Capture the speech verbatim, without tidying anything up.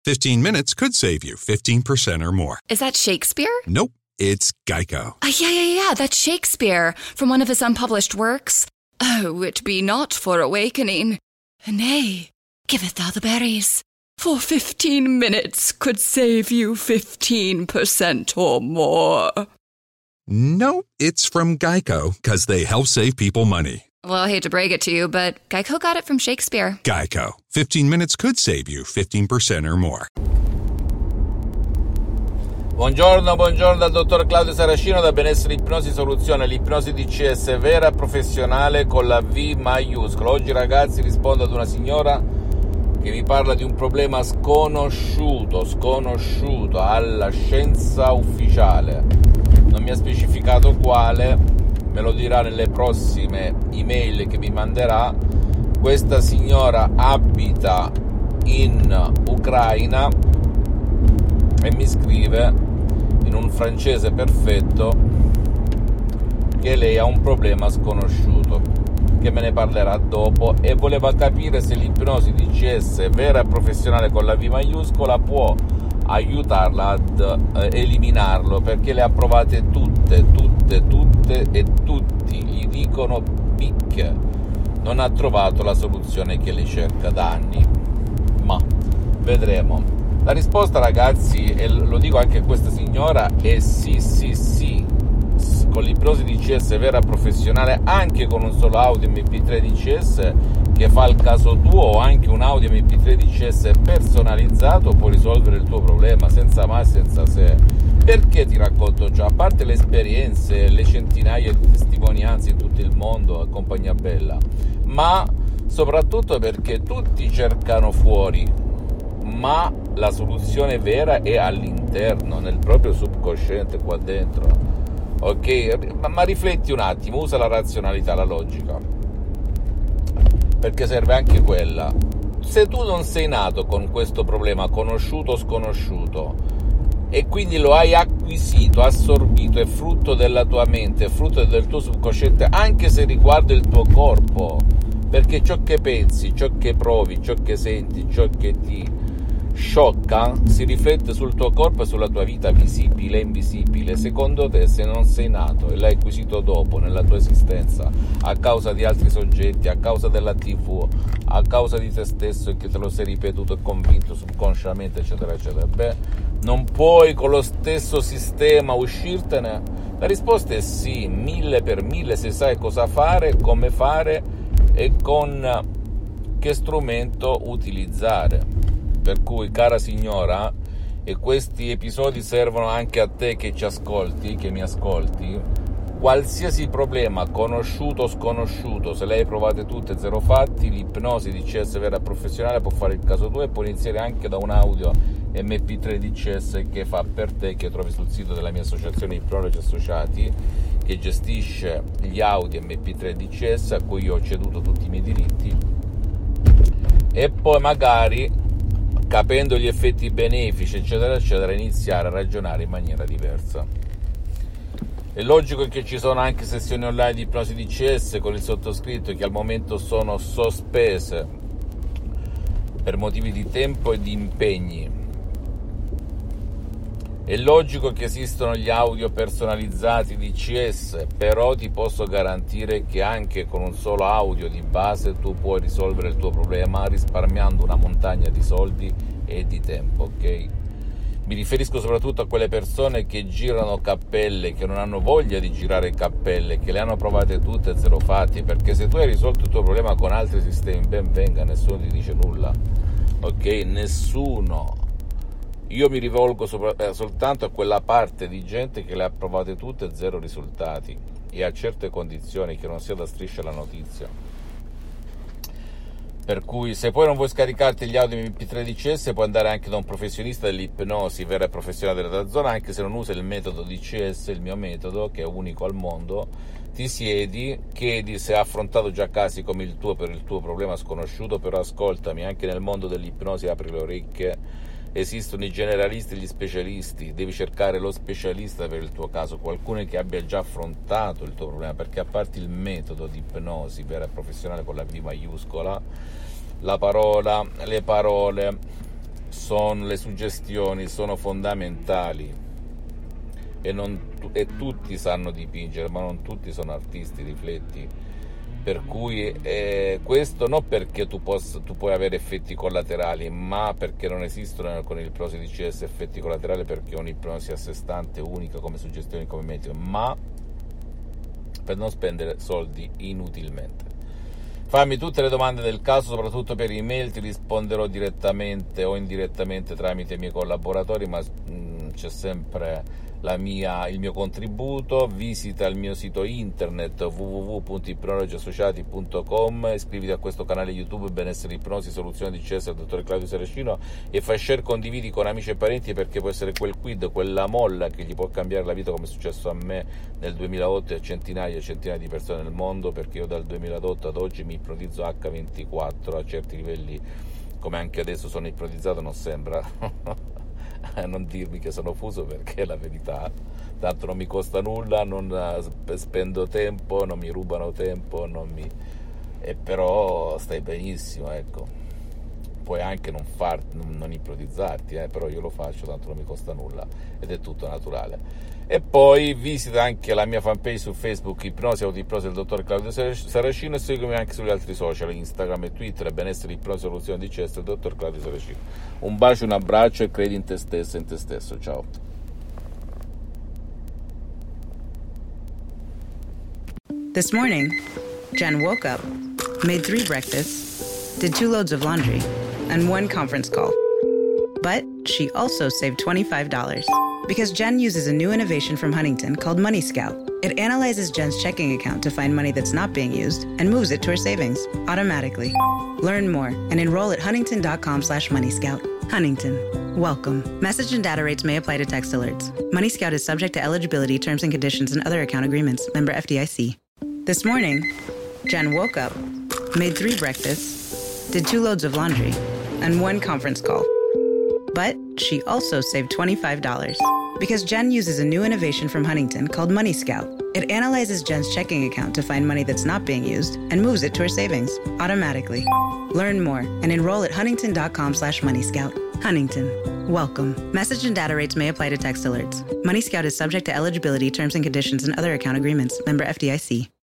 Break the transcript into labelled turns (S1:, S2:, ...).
S1: fifteen minutes could save you fifteen percent or more.
S2: Is that Shakespeare?
S1: Nope, it's Geico.
S2: Uh, yeah, yeah, yeah, that's Shakespeare from one of his unpublished works. Oh, it be not for awakening. Nay, giveth thou the berries. For fifteen minutes could save you fifteen percent or more.
S1: Nope, it's from Geico, because they help save people money.
S2: Well, I hate to break it to you, but Geico got it from Shakespeare.
S1: Geico. fifteen minutes could save you fifteen percent or more.
S3: Buongiorno, buongiorno dal dottor Claudio Saracino da Benessere Ipnosi Soluzione, l'ipnosi D C S vera e professionale con la V maiuscola. Oggi ragazzi rispondo ad una signora che mi parla di un problema sconosciuto, sconosciuto alla scienza ufficiale. Non mi ha specificato quale, me lo dirà nelle prossime email che mi manderà. Questa signora abita in Ucraina e mi scrive in un francese perfetto che lei ha un problema sconosciuto, che me ne parlerà dopo, e voleva capire se l'ipnosi D C S vera e professionale con la V maiuscola può aiutarla ad eh, eliminarlo, perché le ha provate tutte, tutte, tutte e tutti gli dicono picche. Non ha trovato la soluzione che lei cerca da anni, ma vedremo. La risposta ragazzi, e lo dico anche a questa signora, è sì, sì, sì. Con l'ipnosi D C S vera professionale, anche con un solo audio M P tre D C S che fa il caso tuo, o anche un audio M P tre D C S personalizzato, può risolvere il tuo problema senza ma senza se. Perché ti racconto ciò? A parte le esperienze, le centinaia di testimonianze in tutto il mondo a compagnia bella, ma soprattutto perché tutti cercano fuori, ma la soluzione vera è all'interno, nel proprio subconsciente qua dentro. Ok, ma, ma rifletti un attimo, usa la razionalità, la logica, perché serve anche quella. Se tu non sei nato con questo problema, conosciuto o sconosciuto, e quindi lo hai acquisito, assorbito, è frutto della tua mente, è frutto del tuo subconsciente, anche se riguarda il tuo corpo, perché ciò che pensi, ciò che provi, ciò che senti, ciò che ti sciocca si riflette sul tuo corpo e sulla tua vita visibile e invisibile. Secondo te, se non sei nato e l'hai acquisito dopo nella tua esistenza, a causa di altri soggetti, a causa della tivù, a causa di te stesso, e che te lo sei ripetuto e convinto subconsciamente, eccetera eccetera, beh, non puoi con lo stesso sistema uscirtene? La risposta è sì, mille per mille, se sai cosa fare, come fare e con che strumento utilizzare. Per cui, cara signora, e questi episodi servono anche a te che ci ascolti, che mi ascolti, qualsiasi problema, conosciuto o sconosciuto, se le hai provate tutte, zero fatti, l'ipnosi D C S vera professionale può fare il caso tuo e può iniziare anche da un audio M P tre D C S che fa per te, che trovi sul sito della mia associazione Ipnologi Associati, che gestisce gli audio M P tre D C S, a cui io ho ceduto tutti i miei diritti, e poi magari, capendo gli effetti benefici eccetera eccetera, iniziare a ragionare in maniera diversa. È logico che ci sono anche sessioni online di ipnosi D C S con il sottoscritto, che al momento sono sospese per motivi di tempo e di impegni. È logico che esistono gli audio personalizzati D C S, però ti posso garantire che anche con un solo audio di base tu puoi risolvere il tuo problema risparmiando una montagna di soldi e di tempo, ok? Mi riferisco soprattutto a quelle persone che girano cappelle, che non hanno voglia di girare cappelle, che le hanno provate tutte e zero fatti, perché se tu hai risolto il tuo problema con altri sistemi, ben venga, nessuno ti dice nulla, ok? Nessuno. Io mi rivolgo sopra, eh, soltanto a quella parte di gente che le ha provate tutte e zero risultati, e a certe condizioni, che non sia da Striscia la Notizia. Per cui, se poi non vuoi scaricarti gli audio M P tre D C S, puoi andare anche da un professionista dell'ipnosi vera e professionale della zona, anche se non usa il metodo D C S, il mio metodo, che è unico al mondo. Ti siedi, chiedi se ha affrontato già casi come il tuo per il tuo problema sconosciuto, però ascoltami, anche nel mondo dell'ipnosi apri le orecchie. Esistono i generalisti e gli specialisti, devi cercare lo specialista per il tuo caso, qualcuno che abbia già affrontato il tuo problema, perché a parte il metodo di ipnosi vera e professionale con la V maiuscola, la parola, le parole, sono, le suggestioni sono fondamentali e, non, e tutti sanno dipingere, ma non tutti sono artisti, rifletti. Per cui eh, questo non perché tu, possa, tu puoi avere effetti collaterali, ma perché non esistono con l'ipnosi D C S effetti collaterali, perché è un'ipnosi a sé stante, unica come suggestione, come metodo, ma per non spendere soldi inutilmente. Fammi tutte le domande del caso, soprattutto per email, ti risponderò direttamente o indirettamente tramite i miei collaboratori, ma mh, c'è sempre la mia, il mio contributo. Visita il mio sito internet w w w punto ipnologi associati punto com, iscriviti a questo canale YouTube Benessere Ipnosi Soluzione D C S del dottor Claudio Saracino e fai share, condividi con amici e parenti, perché può essere quel quid, quella molla che gli può cambiare la vita, come è successo a me nel duemilaotto e a centinaia e centinaia di persone nel mondo, perché io dal duemilaotto ad oggi mi ipnotizzo acca ventiquattro a certi livelli, come anche adesso sono ipnotizzato. Non sembra non dirmi che sono fuso, perché è la verità, tanto non mi costa nulla, non spendo tempo, non mi rubano tempo, non mi... e però stai benissimo, ecco. Puoi anche non, far, non, non ipnotizzarti, eh, però io lo faccio, tanto non mi costa nulla ed è tutto naturale. E poi visita anche la mia fanpage su Facebook, Ipnosi Autoipnosi del dottor Claudio Saracino, e seguimi anche sugli altri social, Instagram e Twitter, Benessere Ipnosi Soluzione D C S del dottor Claudio Saracino. Un bacio, un abbraccio e credi in te stesso e in te stesso. Ciao.
S4: This morning, Jen woke up, made three breakfasts, did two loads of laundry, and one conference call. But she also saved twenty-five dollars. Because Jen uses a new innovation from Huntington called Money Scout. It analyzes Jen's checking account to find money that's not being used and moves it to her savings automatically. Learn more and enroll at huntington.com slash Money Scout. Huntington. Welcome. Message and data rates may apply to text alerts. Money Scout is subject to eligibility, terms and conditions, and other account agreements. Member F D I C. This morning, Jen woke up, made three breakfasts, did two loads of laundry, and one conference call. But she also saved twenty-five dollars. Because Jen uses a new innovation from Huntington called Money Scout. It analyzes Jen's checking account to find money that's not being used and moves it to her savings automatically. Learn more and enroll at huntington.com slash Money Scout. Huntington. Welcome. Message and data rates may apply to text alerts. Money Scout is subject to eligibility, terms and conditions, and other account agreements. Member F D I C.